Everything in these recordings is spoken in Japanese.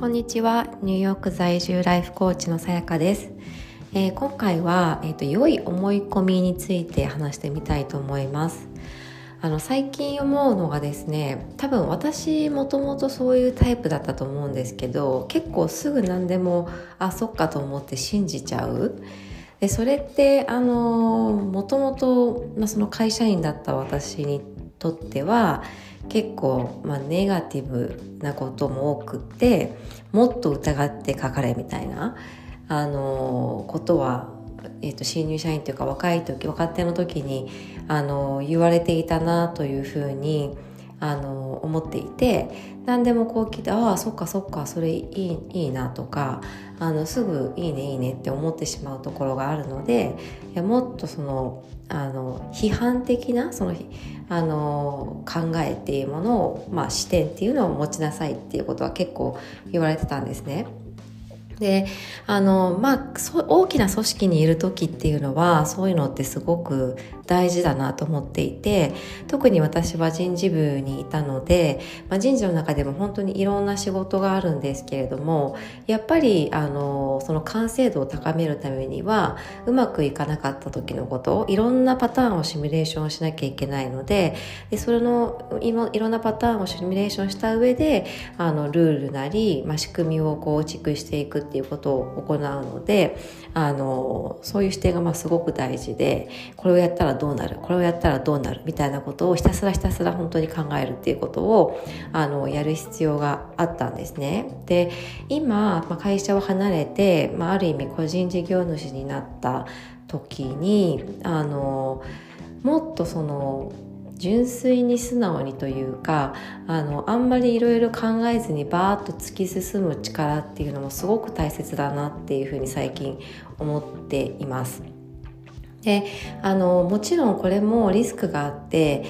こんにちは。ニューヨーク在住ライフコーチのさやかです。今回は、良い思い込みについて話してみたいと思います。最近思うのがですね、多分私もともとそういうタイプだったと思うんですけど、結構すぐ何でもそっかと思って信じちゃう。でそれってもともとその会社員だった私にとっては結構、ネガティブなことも多くて、もっと疑ってかかれみたいなことは、新入社員というか若手の時に言われていたなというふうに思っていて、何でもこう聞いてそっかそっかそれいいなとかすぐいいねって思ってしまうところがあるので、もっとその批判的なその考えっていうものを、視点っていうのを持ちなさいっていうことは結構言われてたんですね。で大きな組織にいる時っていうのはそういうのってすごく大事だなと思っていて、特に私は人事部にいたので、人事の中でも本当にいろんな仕事があるんですけれども、やっぱりその完成度を高めるためにはうまくいかなかった時のことをいろんなパターンをシミュレーションしなきゃいけないので、それのいろんなパターンをシミュレーションした上でルールなり、仕組みを構築していくっていうことを行うので、そういう視点がすごく大事で、これをやったらどうなる、これをやったらどうなるみたいなことをひたすら本当に考えるっていうことをやる必要があったんですね。で今、会社を離れて、ある意味個人事業主になった時にもっとその純粋に素直にというかあんまりいろいろ考えずにバーッと突き進む力っていうのもすごく大切だなっていうふうに最近思っています。でもちろんこれもリスクがあって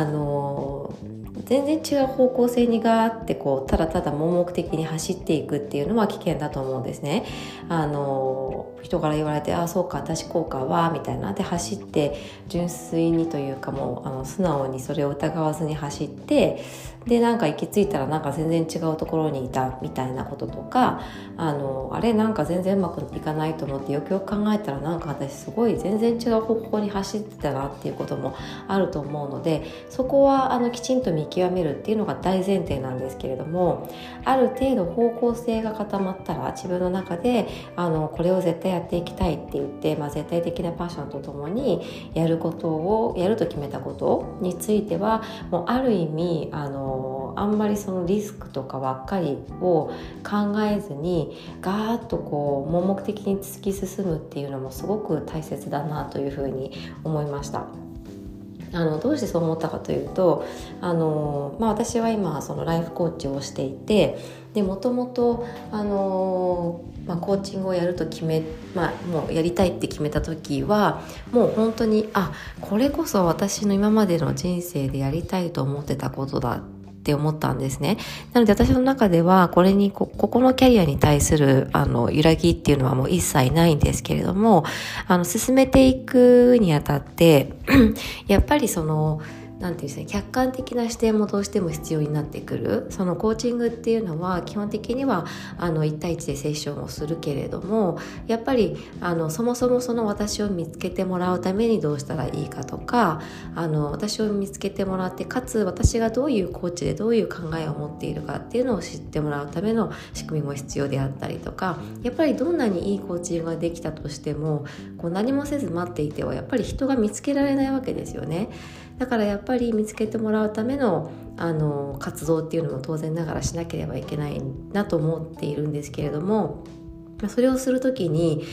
全然違う方向性にガーってただただ盲目的に走っていくっていうのは危険だと思うんですね。人から言われてそうか私こうかはみたいなで走って純粋にというかもう素直にそれを疑わずに走ってで行き着いたら全然違うところにいたみたいなこととかあれ全然うまくいかないと思ってよくよく考えたら私すごい全然違う方向に走ってたなっていうこともあると思うので、そこはきちんと見極めるっていうのが大前提なんですけれども、ある程度方向性が固まったら自分の中でこれを絶対やっていきたいって言って、絶対的なパッションとともにやると決めたことについてはもうある意味あんまりそのリスクとかばっかりを考えずにガーッと盲目的に突き進むっていうのもすごく大切だなというふうに思いました。どうしてそう思ったかというと私は今そのライフコーチをしていて、でもともとコーチングをやるともうやりたいって決めた時はもう本当にこれこそ私の今までの人生でやりたいと思ってたことだって思ったんですね。なので私の中ではここのキャリアに対する揺らぎっていうのはもう一切ないんですけれども、進めていくにあたってやっぱりなんていうんですね、客観的な視点もどうしても必要になってくる。そのコーチングっていうのは基本的には1対1でセッションをするけれども、やっぱりそもそもその私を見つけてもらうためにどうしたらいいかとか私を見つけてもらって、かつ私がどういうコーチでどういう考えを持っているかっていうのを知ってもらうための仕組みも必要であったりとか、やっぱりどんなにいいコーチングができたとしても何もせず待っていてはやっぱり人が見つけられないわけですよね。だからやっぱり見つけてもらうための活動っていうのも当然ながらしなければいけないなと思っているんですけれども、それをするときに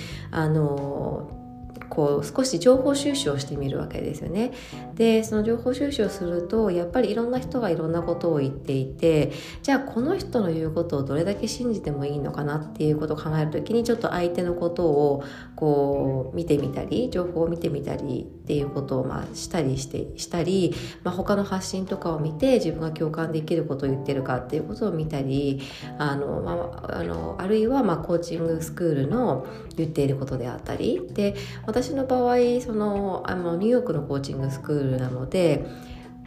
少し情報収集をしてみるわけですよね。でその情報収集をするとやっぱりいろんな人がいろんなことを言っていて、じゃあこの人の言うことをどれだけ信じてもいいのかなっていうことを考えるときに、ちょっと相手のことを見てみたり情報を見てみたりっていうことをしたり、他の発信とかを見て自分が共感できることを言ってるかっていうことを見たりあるいはコーチングスクールの言っていることであったりで、私の場合ニューヨークのコーチングスクールなので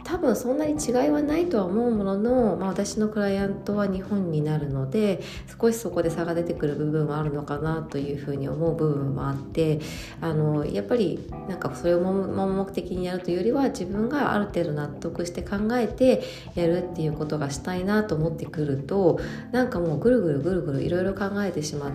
多分そんなに違いはないとは思うものの、私のクライアントは日本になるので少しそこで差が出てくる部分はあるのかなというふうに思う部分もあって、やっぱりなんかそれを盲目的にやるというよりは自分がある程度納得して考えてやるっていうことがしたいなと思ってくると、なんかもうぐるぐるいろいろ考えてしまって、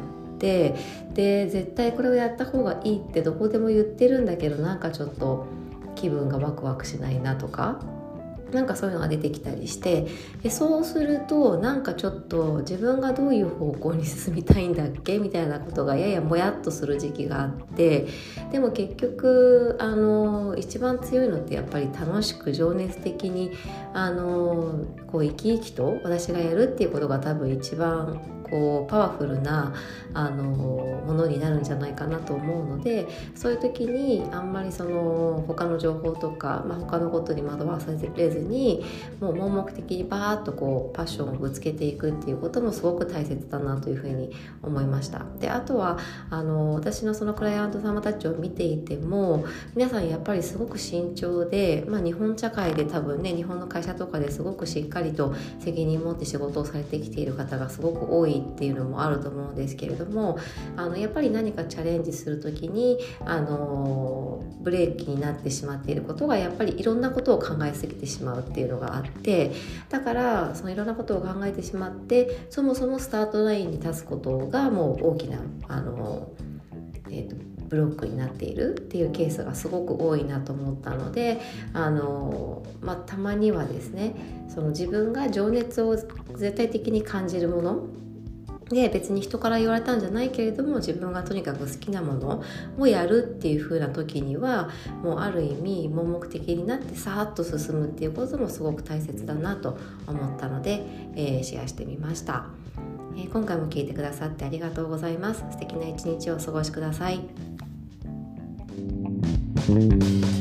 で絶対これをやった方がいいってどこでも言ってるんだけど、なんかちょっと気分がワクワクしないなとか、なんかそういうのが出てきたりして、でそうするとなんかちょっと自分がどういう方向に進みたいんだっけみたいなことがややもやっとする時期があって、でも結局一番強いのってやっぱり楽しく情熱的にこう生き生きと私がやるっていうことが多分一番こうパワフルなものになるんじゃないかなと思うので、そういう時にあんまりその他の情報とか、他のことに惑わされずにもう盲目的にバーッとこうパッションをぶつけていくっていうこともすごく大切だなというふうに思いました。であとは私のそのクライアント様たちを見ていても皆さんやっぱりすごく慎重で、日本社会で多分ね、日本の会社とかですごくしっかりと責任を持って仕事をされてきている方がすごく多いっていうのもあると思うんですけれども、やっぱり何かチャレンジするときにブレーキになってしまっていることがやっぱりいろんなことを考えすぎてしまうっていうのがあって、だからそのいろんなことを考えてしまってそもそもスタートラインに立つことがもう大きなブロックになっているっていうケースがすごく多いなと思ったので、たまにはですね、その自分が情熱を絶対的に感じるもので、別に人から言われたんじゃないけれども自分がとにかく好きなものをやるっていう風な時にはもうある意味盲目的になってさーっと進むっていうこともすごく大切だなと思ったので、シェアしてみました。今回も聞いてくださってありがとうございます。素敵な一日をお過ごしください。